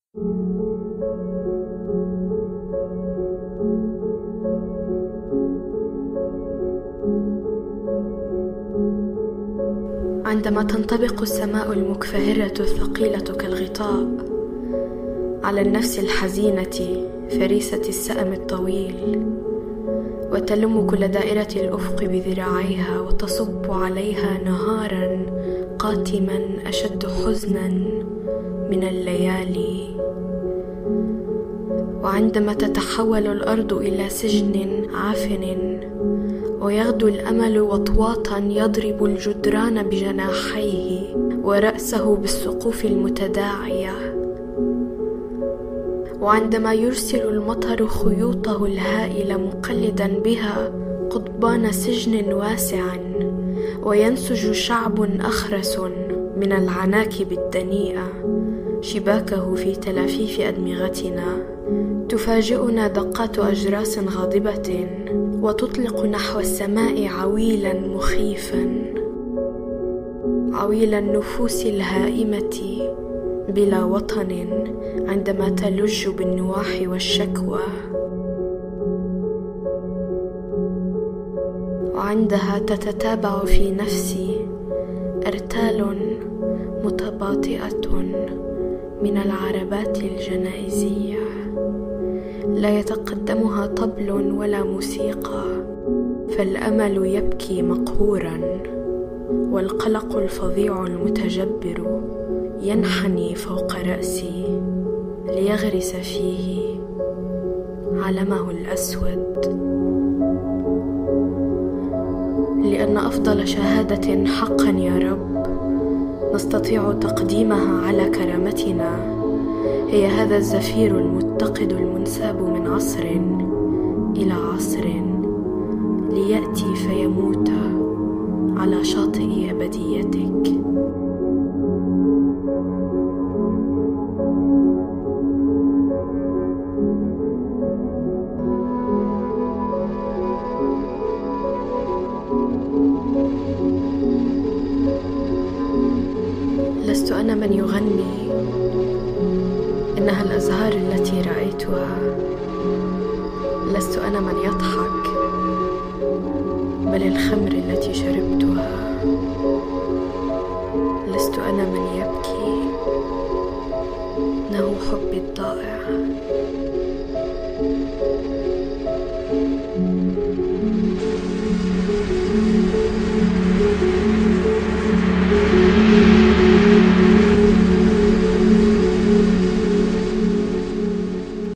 عندما تنطبق السماء المكفهرة الثقيلة كالغطاء على النفس الحزينة فريسة السأم الطويل، وتلم كل دائرة الأفق بذراعيها وتصب عليها نهارا قاتما أشد حزنا من الليالي، وعندما تتحول الأرض إلى سجن عافن ويغدو الأمل وطواطا يضرب الجدران بجناحيه ورأسه بالسقوف المتداعية، وعندما يرسل المطر خيوطه الهائلة مقلدا بها قضبان سجن واسع، وينسج شعب أخرس من العناكب الدنيئة شباكه في تلافيف أدمغتنا، تفاجئنا دقات أجراس غاضبة وتطلق نحو السماء عويلا مخيفا، عويل النفوس الهائمة بلا وطن عندما تلج بالنواح والشكوى، وعندها تتتابع في نفسي أرتال متباطئة من العربات الجنائزية لا يتقدمها طبل ولا موسيقى، فالأمل يبكي مقهورا، والقلق الفظيع المتجبر ينحني فوق رأسي ليغرس فيه علمه الأسود، لأن أفضل شهادة حقا يا رب نستطيع تقديمها على كرامتنا هي هذا الزفير المتقد المنساب من عصر إلى عصر ليأتي فيموت على شاطئ أبديتك. لست أنا من يغني، إنها الأزهار التي رأيتها. لست أنا من يضحك، بل الخمر التي شربتها. لست أنا من يبكي، إنه حبي الضائع.